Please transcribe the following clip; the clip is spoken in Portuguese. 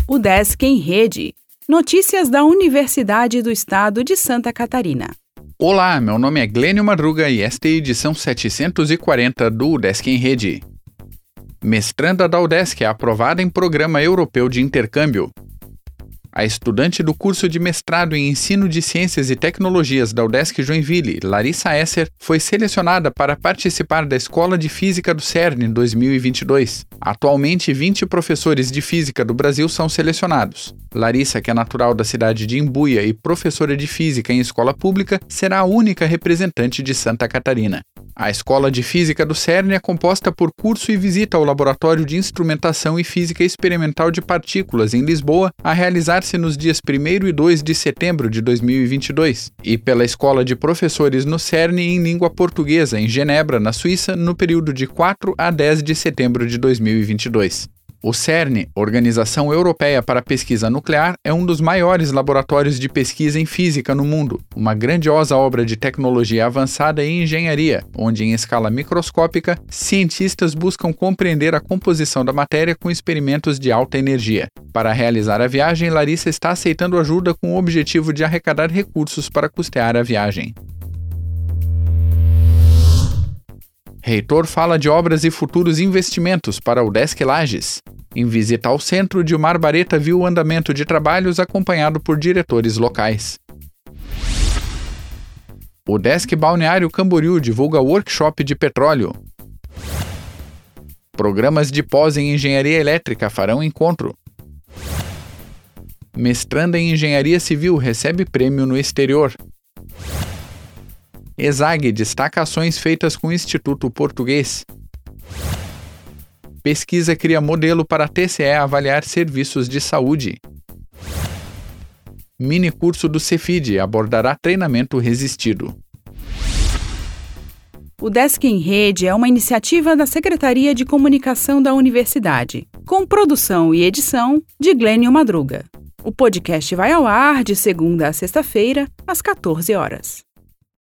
O Desk em Rede. Notícias da Universidade do Estado de Santa Catarina. Olá, meu nome é Glênio Madruga e esta é a edição 740 do Desk em Rede. Mestranda da UDESC é aprovada em Programa Europeu de Intercâmbio. A estudante do curso de mestrado em Ensino de Ciências e Tecnologias da UDESC Joinville, Larissa Esser, foi selecionada para participar da Escola de Física do CERN 2022. Atualmente, 20 professores de física do Brasil são selecionados. Larissa, que é natural da cidade de Imbuia e professora de física em escola pública, será a única representante de Santa Catarina. A Escola de Física do CERN é composta por curso e visita ao Laboratório de Instrumentação e Física Experimental de Partículas, em Lisboa, a realizar-se nos dias 1º e 2 de setembro de 2022, e pela Escola de Professores no CERN em Língua Portuguesa, em Genebra, na Suíça, no período de 4 a 10 de setembro de 2022. O CERN, Organização Europeia para a Pesquisa Nuclear, é um dos maiores laboratórios de pesquisa em física no mundo, uma grandiosa obra de tecnologia avançada e engenharia, onde, em escala microscópica, cientistas buscam compreender a composição da matéria com experimentos de alta energia. Para realizar a viagem, Larissa está aceitando ajuda com o objetivo de arrecadar recursos para custear a viagem. Reitor fala de obras e futuros investimentos para o UDESC Lages. Em visita ao centro, Dilmar Bareta viu o andamento de trabalhos acompanhado por diretores locais. O UDESC Balneário Camboriú divulga workshop de petróleo. Programas de pós em engenharia elétrica farão encontro. Mestranda em engenharia civil recebe prêmio no exterior. ESAG destaca ações feitas com o Instituto Português. Pesquisa cria modelo para a TCE avaliar serviços de saúde. Mini curso do Cefid abordará treinamento resistido. O Desk em Rede é uma iniciativa da Secretaria de Comunicação da Universidade, com produção e edição de Glênio Madruga. O podcast vai ao ar de segunda a sexta-feira, às 14 horas.